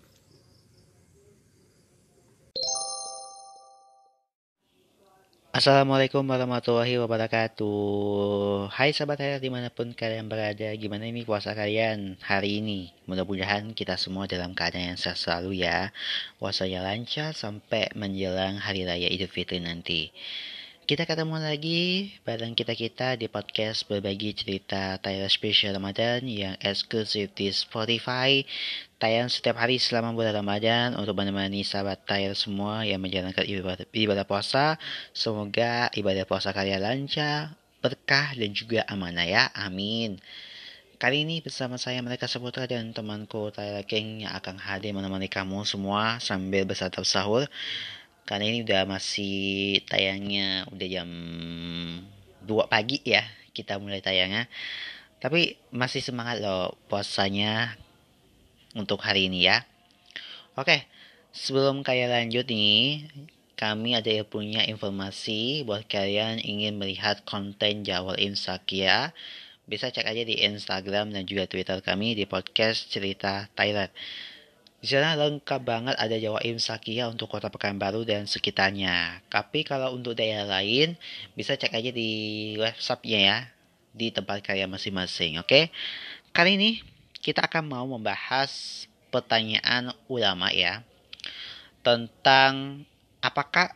Assalamualaikum warahmatullahi wabarakatuh. Hai sahabat saya dimanapun kalian berada. Gimana ini puasa kalian hari ini? Mudah-mudahan kita semua dalam keadaan yang sehat selalu ya. Puasanya lancar sampai menjelang hari raya Idul Fitri nanti. Kita ketemu lagi bareng kita-kita di podcast berbagi cerita Tyler Special Ramadan yang eksklusif di Spotify. Tayang setiap hari selama bulan Ramadan untuk menemani sahabat Tyler semua yang menjalankan ibadah, ibadah puasa. Semoga ibadah puasa kalian lancar, berkah dan juga amanah ya. Amin. Kali ini bersama saya Mereka Saputra dan temanku Tyler King yang akan hadir menemani kamu semua sambil bersantap sahur. Karena ini udah masih tayangnya udah jam dua pagi ya kita mulai tayangnya. Tapi masih semangat loh puasanya untuk hari ini ya. Oke, sebelum kalian lanjut nih, kami ada yang punya informasi buat kalian ingin melihat konten Jawal Insakia. Bisa cek aja di Instagram dan juga Twitter kami di podcast Cerita Thailand. Di sana lengkap banget, ada Jawa Imsakia untuk Kota Pekanbaru dan sekitarnya. Tapi kalau untuk daerah lain, bisa cek aja di website-nya ya, di tempat kalian masing-masing, oke? Kali ini kita akan mau membahas pertanyaan ulama ya, tentang apakah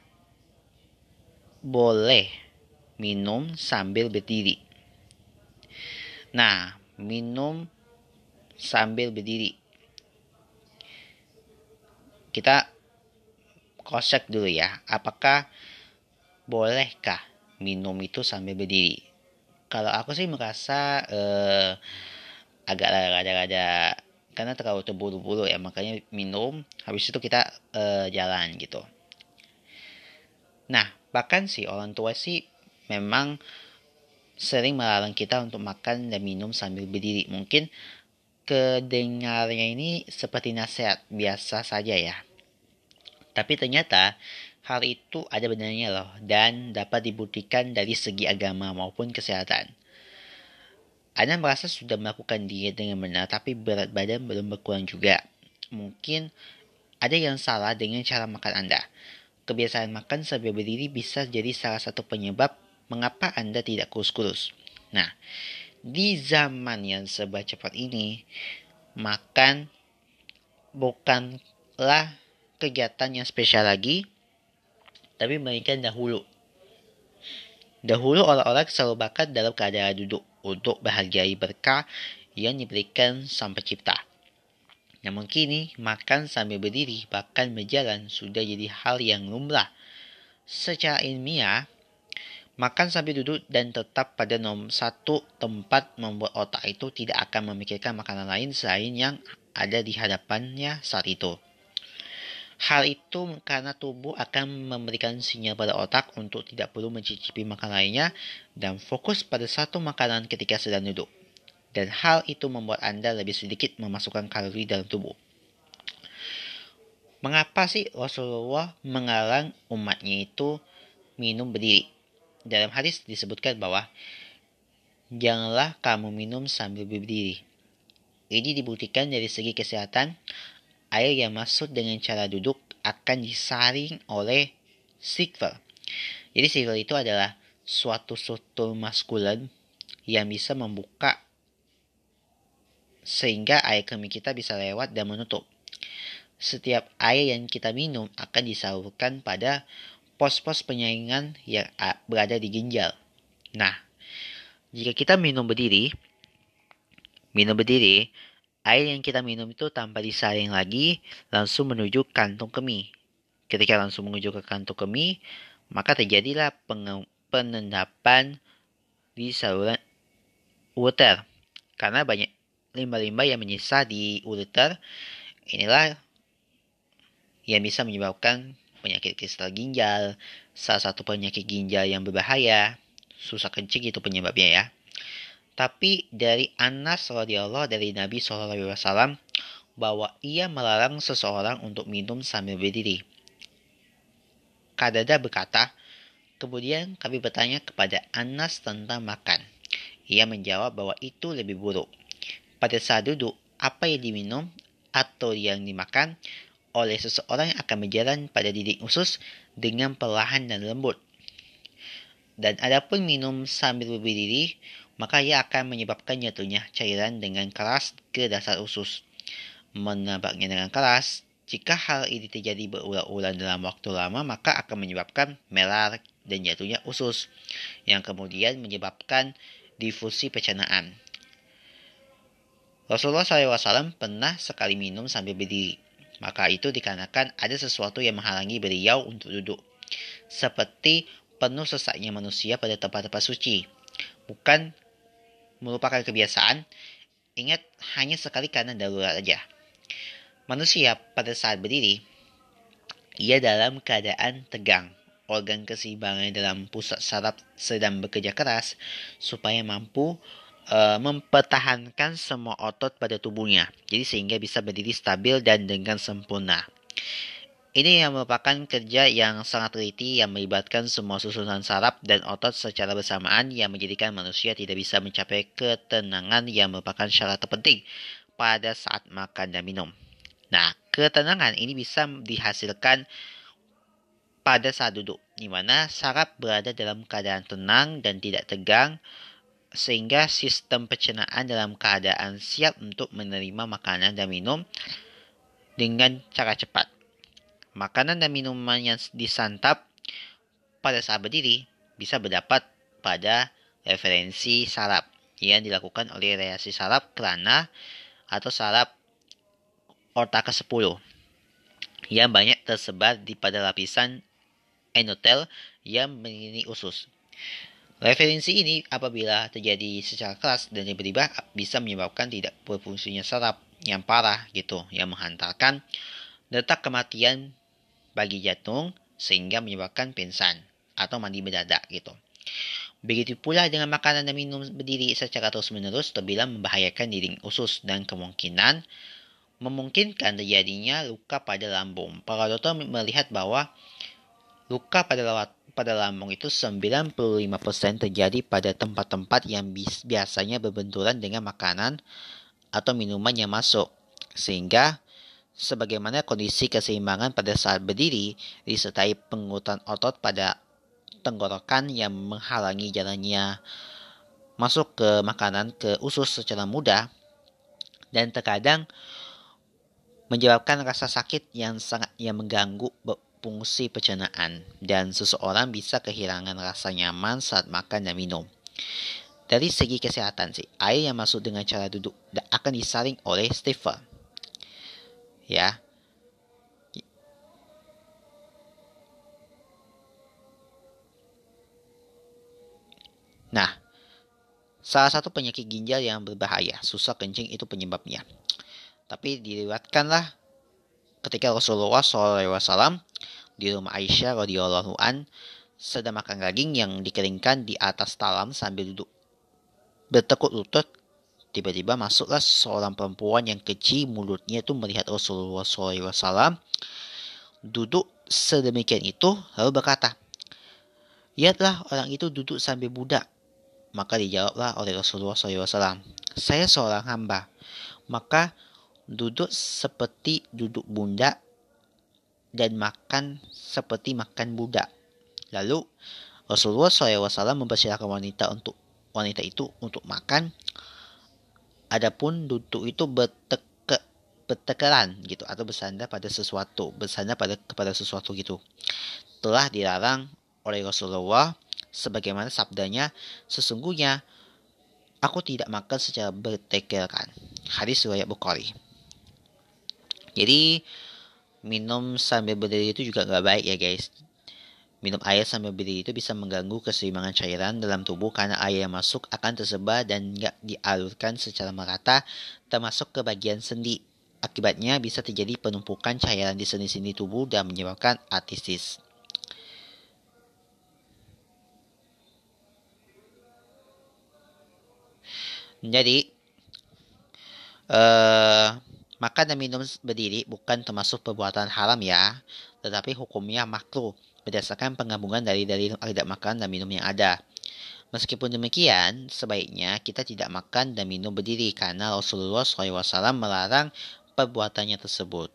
boleh minum sambil berdiri. Nah, minum sambil berdiri. Kita cross check dulu ya, apakah bolehkah minum itu sambil berdiri? Kalau aku sih merasa eh, agak rada-rada karena terlalu terburu-buru ya, makanya minum habis itu kita eh, jalan gitu. Nah, bahkan sih orang tua sih memang sering melarang kita untuk makan dan minum sambil berdiri. Mungkin kedengarnya ini seperti nasihat biasa saja ya. Tapi ternyata hal itu ada benarnya loh, dan dapat dibuktikan dari segi agama maupun kesehatan. Anda merasa sudah melakukan diet dengan benar, tapi berat badan belum berkurang juga. Mungkin ada yang salah dengan cara makan Anda. Kebiasaan makan sambil berdiri bisa jadi salah satu penyebab mengapa Anda tidak kurus-kurus. Nah, di zaman yang serba cepat ini, makan bukanlah kegiatan yang spesial lagi, tapi melainkan dahulu. Dahulu orang-orang selalu bakat dalam keadaan duduk untuk bahagiai berkah yang diberikan Sang Pencipta. Namun kini, makan sambil berdiri bahkan berjalan sudah jadi hal yang lumrah. Secara ilmiah, makan sambil duduk dan tetap pada nomor satu tempat membuat otak itu tidak akan memikirkan makanan lain selain yang ada di hadapannya saat itu. Hal itu karena tubuh akan memberikan sinyal pada otak untuk tidak perlu mencicipi makanan lainnya dan fokus pada satu makanan ketika sedang duduk. Dan hal itu membuat Anda lebih sedikit memasukkan kalori dalam tubuh. Mengapa sih Rasulullah mengarang umatnya itu minum berdiri? Dalam hadis disebutkan bahwa janganlah kamu minum sambil berdiri. Ini dibuktikan dari segi kesehatan. Air yang masuk dengan cara duduk akan disaring oleh sikvel. Jadi sikvel itu adalah suatu struktur maskulen yang bisa membuka sehingga air kemih kita bisa lewat dan menutup. Setiap air yang kita minum akan disalurkan pada pos-pos penyaringan yang berada di ginjal. Nah, jika kita minum berdiri, minum berdiri, air yang kita minum itu tanpa disaring lagi langsung menuju kantung kemih. Ketika langsung menuju ke kantung kemih, maka terjadilah penendapan di saluran ureter. Karena banyak limbah-limbah yang menyisa di ureter, inilah yang bisa menyebabkan penyakit kristal ginjal, salah satu penyakit ginjal yang berbahaya, susah kencing itu penyebabnya ya. Tapi dari Anas radhiyallahu dari Nabi shallallahu alaihi wasallam bahwa ia melarang seseorang untuk minum sambil berdiri. Qatadah berkata, kemudian kami bertanya kepada Anas tentang makan. Ia menjawab bahwa itu lebih buruk. Pada saat duduk, apa yang diminum atau yang dimakan oleh seseorang yang akan berjalan pada dinding usus dengan perlahan dan lembut. Dan adapun minum sambil berdiri, maka ia akan menyebabkan jatuhnya cairan dengan keras ke dasar usus. Menabaknya dengan keras, jika hal ini terjadi berulang-ulang dalam waktu lama, maka akan menyebabkan melar dan jatuhnya usus, yang kemudian menyebabkan difusi pencernaan. Rasulullah shallallahu alaihi wasallam pernah sekali minum sambil berdiri. Maka itu dikarenakan ada sesuatu yang menghalangi beliau untuk duduk. Seperti penuh sesaknya manusia pada tempat-tempat suci. Bukan merupakan kebiasaan, ingat hanya sekali karena darurat saja. Manusia pada saat berdiri, ia dalam keadaan tegang. Organ keseimbangan dalam pusat saraf sedang bekerja keras supaya mampu uh, mempertahankan semua otot pada tubuhnya. Jadi sehingga bisa berdiri stabil dan dengan sempurna. Ini yang merupakan kerja yang sangat teliti yang melibatkan semua susunan saraf dan otot secara bersamaan yang menjadikan manusia tidak bisa mencapai ketenangan yang merupakan syarat terpenting pada saat makan dan minum. Nah, Ketenangan ini bisa dihasilkan pada saat duduk, di mana saraf berada dalam keadaan tenang dan tidak tegang, sehingga sistem pencernaan dalam keadaan siap untuk menerima makanan dan minum dengan cara cepat. Makanan dan minuman yang disantap pada saat berdiri bisa berdapat pada referensi saraf yang dilakukan oleh reaksi saraf kelana atau saraf otak kesepuluh yang banyak tersebar di pada lapisan endotel yang mengelilingi usus. Referensi ini apabila terjadi secara keras dan tiba-tiba bisa menyebabkan tidak berfungsinya saraf yang parah gitu, yang menghantarkan detak kematian bagi jantung sehingga menyebabkan pingsan atau mati mendadak gitu. Begitu pula dengan makanan dan minum berdiri secara terus-menerus terbilang membahayakan dinding usus dan kemungkinan memungkinkan terjadinya luka pada lambung. Para dokter melihat bahwa luka pada pada lambung itu sembilan puluh lima persen terjadi pada tempat-tempat yang biasanya berbenturan dengan makanan atau minuman yang masuk. Sehingga sebagaimana kondisi keseimbangan pada saat berdiri disertai penguatan otot pada tenggorokan yang menghalangi jalannya masuk ke makanan ke usus secara mudah dan terkadang menyebabkan rasa sakit yang sangat yang mengganggu fungsi pencernaan dan seseorang bisa kehilangan rasa nyaman saat makan dan minum. Dari segi kesehatan sih, air yang masuk dengan cara duduk akan disaring oleh stiffer. Ya. Nah, salah satu penyakit ginjal yang berbahaya, susah kencing itu penyebabnya. Tapi diriwayatkanlah ketika Rasulullah shallallahu alaihi wasallam di rumah Aisyah radhiyallahu an sedang makan daging yang dikeringkan di atas talam sambil duduk bertekuk lutut. Tiba-tiba masuklah seorang perempuan yang kecil, mulutnya itu melihat Rasulullah shallallahu alaihi wasallam duduk sedemikian itu, lalu berkata, "Lihatlah orang itu duduk sambil budak." Maka dijawablah oleh Rasulullah shallallahu alaihi wasallam, "Saya seorang hamba, maka duduk seperti duduk budak dan makan seperti makan budak." Lalu Rasulullah shallallahu alaihi wasallam mempersilahkan wanita untuk wanita itu untuk makan. Adapun duduk itu berteke, bertekeran gitu atau bersandar pada sesuatu, bersandar pada kepada sesuatu gitu, telah dilarang oleh Rasulullah sebagaimana sabdanya, "Sesungguhnya aku tidak makan secara bertekeran." Hadis riwayat Bukhari. Jadi minum sambil berdiri itu juga nggak baik ya guys. Minum air sambil berdiri itu bisa mengganggu keseimbangan cairan dalam tubuh karena air yang masuk akan tersebar dan nggak dialurkan secara merata termasuk ke bagian sendi. Akibatnya bisa terjadi penumpukan cairan di sendi-sendi tubuh dan menyebabkan artritis. Jadi eh, makan dan minum berdiri bukan termasuk perbuatan haram ya, tetapi hukumnya makruh berdasarkan penggabungan dari dalil tidak makan dan minum yang ada. Meskipun demikian, sebaiknya kita tidak makan dan minum berdiri karena Rasulullah shallallahu alaihi wasallam melarang perbuatannya tersebut.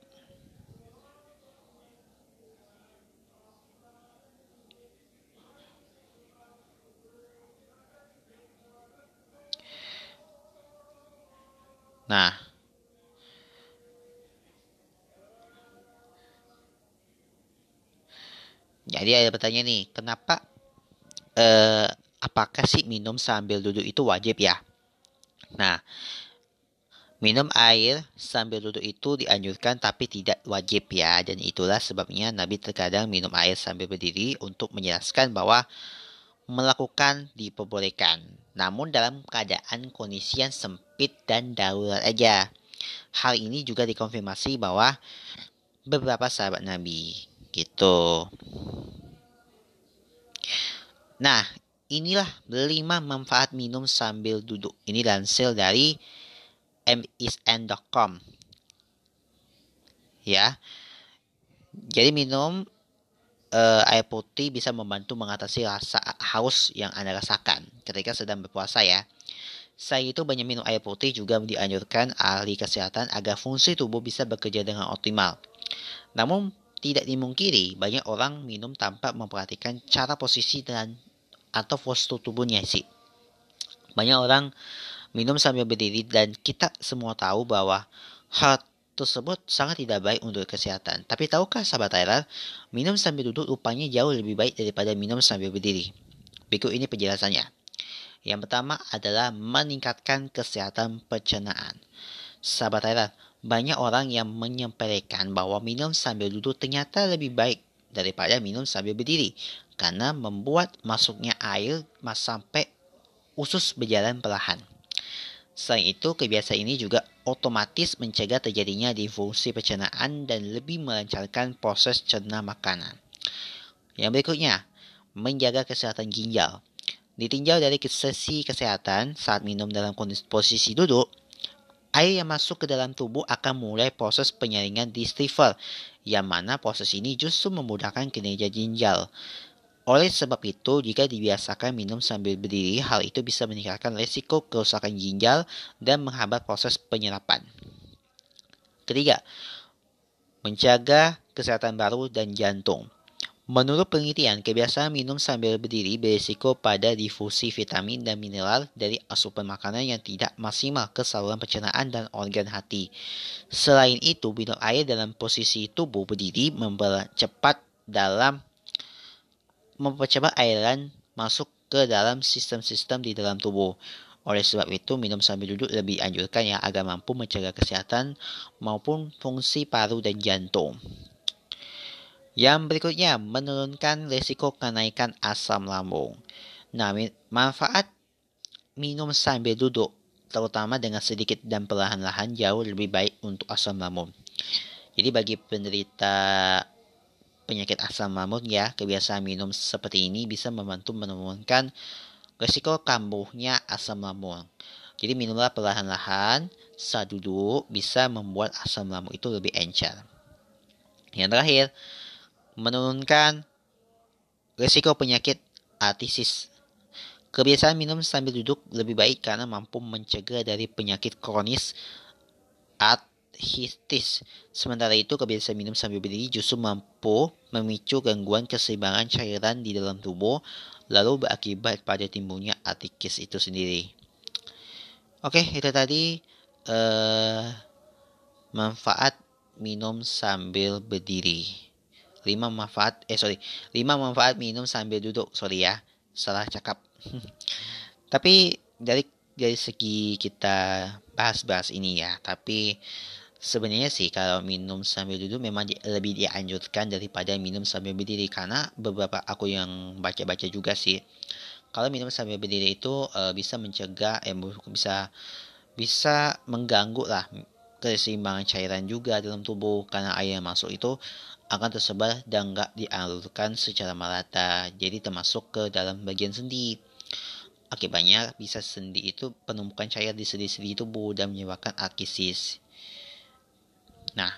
Nah, jadi ada pertanyaan nih, kenapa eh, apakah sih minum sambil duduk itu wajib ya? Nah, minum air sambil duduk itu dianjurkan tapi tidak wajib ya, dan itulah sebabnya Nabi terkadang minum air sambil berdiri untuk menjelaskan bahwa melakukan diperbolehkan, namun dalam keadaan kondisi yang sempit dan darurat aja. Hal ini juga dikonfirmasi bahwa beberapa sahabat Nabi gitu. Nah, inilah lima manfaat minum sambil duduk. Ini lansir dari m s n dot com. Ya. Jadi minum uh, air putih bisa membantu mengatasi rasa haus yang Anda rasakan ketika sedang berpuasa ya. Selain itu, banyak minum air putih juga dianjurkan ahli kesehatan agar fungsi tubuh bisa bekerja dengan optimal. Namun, tidak dimungkiri banyak orang minum tanpa memperhatikan cara posisi dan atau postur tubuhnya sih. Banyak orang minum sambil berdiri dan kita semua tahu bahwa hal tersebut sangat tidak baik untuk kesehatan. Tapi tahukah sahabat Tyler, minum sambil duduk rupanya jauh lebih baik daripada minum sambil berdiri. Berikut ini penjelasannya. Yang pertama adalah meningkatkan kesehatan pencernaan. Sahabat Tyler, banyak orang yang menyepelekan bahwa minum sambil duduk ternyata lebih baik daripada minum sambil berdiri karena membuat masuknya air sampai usus berjalan perlahan. Selain itu, kebiasaan ini juga otomatis mencegah terjadinya disfungsi pencernaan dan lebih melancarkan proses cerna makanan. Yang berikutnya, menjaga kesehatan ginjal. Ditinjau dari sesi kesehatan saat minum dalam posisi duduk, air yang masuk ke dalam tubuh akan mulai proses penyaringan di liver, yang mana proses ini justru memudahkan kinerja ginjal. Oleh sebab itu, jika dibiasakan minum sambil berdiri, hal itu bisa meningkatkan risiko kerusakan ginjal dan menghambat proses penyerapan. Ketiga, menjaga kesehatan paru dan jantung. Menurut penelitian, kebiasaan minum sambil berdiri berisiko pada difusi vitamin dan mineral dari asupan makanan yang tidak maksimal ke saluran pencernaan dan organ hati. Selain itu, minum air dalam posisi tubuh berdiri mempercepat dalam mempercepat airan masuk ke dalam sistem-sistem di dalam tubuh. Oleh sebab itu, minum sambil duduk lebih dianjurkan yang agar mampu mencegah kesehatan maupun fungsi paru dan jantung. Yang berikutnya, menurunkan risiko kenaikan asam lambung. Nah, manfaat minum sambil duduk, terutama dengan sedikit dan perlahan-lahan, jauh lebih baik untuk asam lambung. Jadi bagi penderita penyakit asam lambung ya, kebiasaan minum seperti ini bisa membantu menurunkan risiko kambuhnya asam lambung. Jadi minumlah perlahan-lahan saat duduk bisa membuat asam lambung itu lebih encer. Yang terakhir, menurunkan risiko penyakit artritis. Kebiasaan minum sambil duduk lebih baik karena mampu mencegah dari penyakit kronis artritis. Sementara itu, kebiasaan minum sambil berdiri justru mampu memicu gangguan keseimbangan cairan di dalam tubuh, lalu berakibat pada timbulnya artritis itu sendiri. Oke, itu tadi eh, manfaat minum sambil berdiri. lima manfaat eh sorry lima manfaat minum sambil duduk. Sorry ya, salah cakap. Tapi dari dari segi kita bahas-bahas ini ya, tapi sebenarnya sih kalau minum sambil duduk memang di, lebih dianjurkan daripada minum sambil berdiri, karena beberapa aku yang baca-baca juga sih, kalau minum sambil berdiri itu e, bisa mencegah eh bisa bisa mengganggu lah keseimbangan cairan juga dalam tubuh, karena air yang masuk itu akan tersebar dan nggak dialurkan secara merata, jadi termasuk ke dalam bagian sendi. Akibatnya bisa sendi itu penumpukan cair di sendi-sendi tubuh dan menyebabkan artritis. Nah,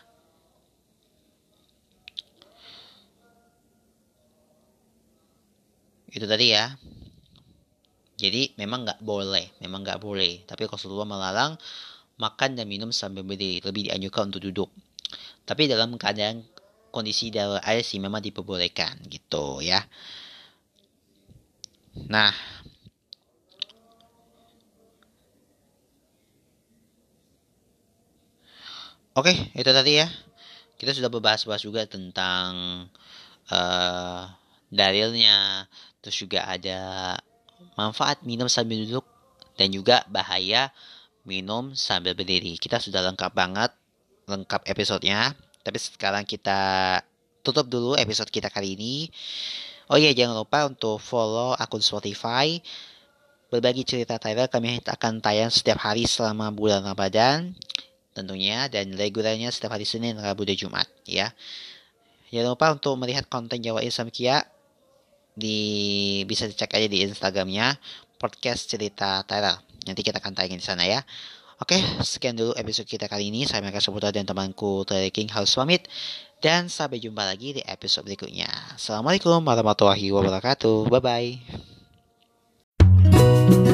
itu tadi ya. Jadi memang nggak boleh, memang nggak boleh. Tapi Rasulullah melarang makan dan minum sambil berdiri, lebih dianjurkan untuk duduk. Tapi dalam keadaan kondisi darurat air sih memang diperbolehkan gitu ya. Nah, oke, itu tadi ya. Kita sudah berbahas-bahas juga tentang uh, dalilnya, terus juga ada manfaat minum sambil duduk dan juga bahaya minum sambil berdiri. Kita sudah lengkap banget, lengkap episodenya. Tapi sekarang kita tutup dulu episode kita kali ini. Oh iya, jangan lupa untuk follow akun Spotify Berbagi Cerita Tyler. Kami akan tayang setiap hari selama bulan Ramadan tentunya, dan regulernya setiap hari Senin, Rabu, dan Jumat ya. Jangan lupa untuk melihat konten Jawa Islam Kia di bisa dicek aja di Instagramnya podcast Cerita Tyler. Nanti kita akan tayangin di sana ya. Oke, sekian dulu episode kita kali ini. Saya Meka Saputra dan temanku Tyler King harus pamit, dan sampai jumpa lagi di episode berikutnya. Assalamualaikum warahmatullahi wabarakatuh. Bye bye.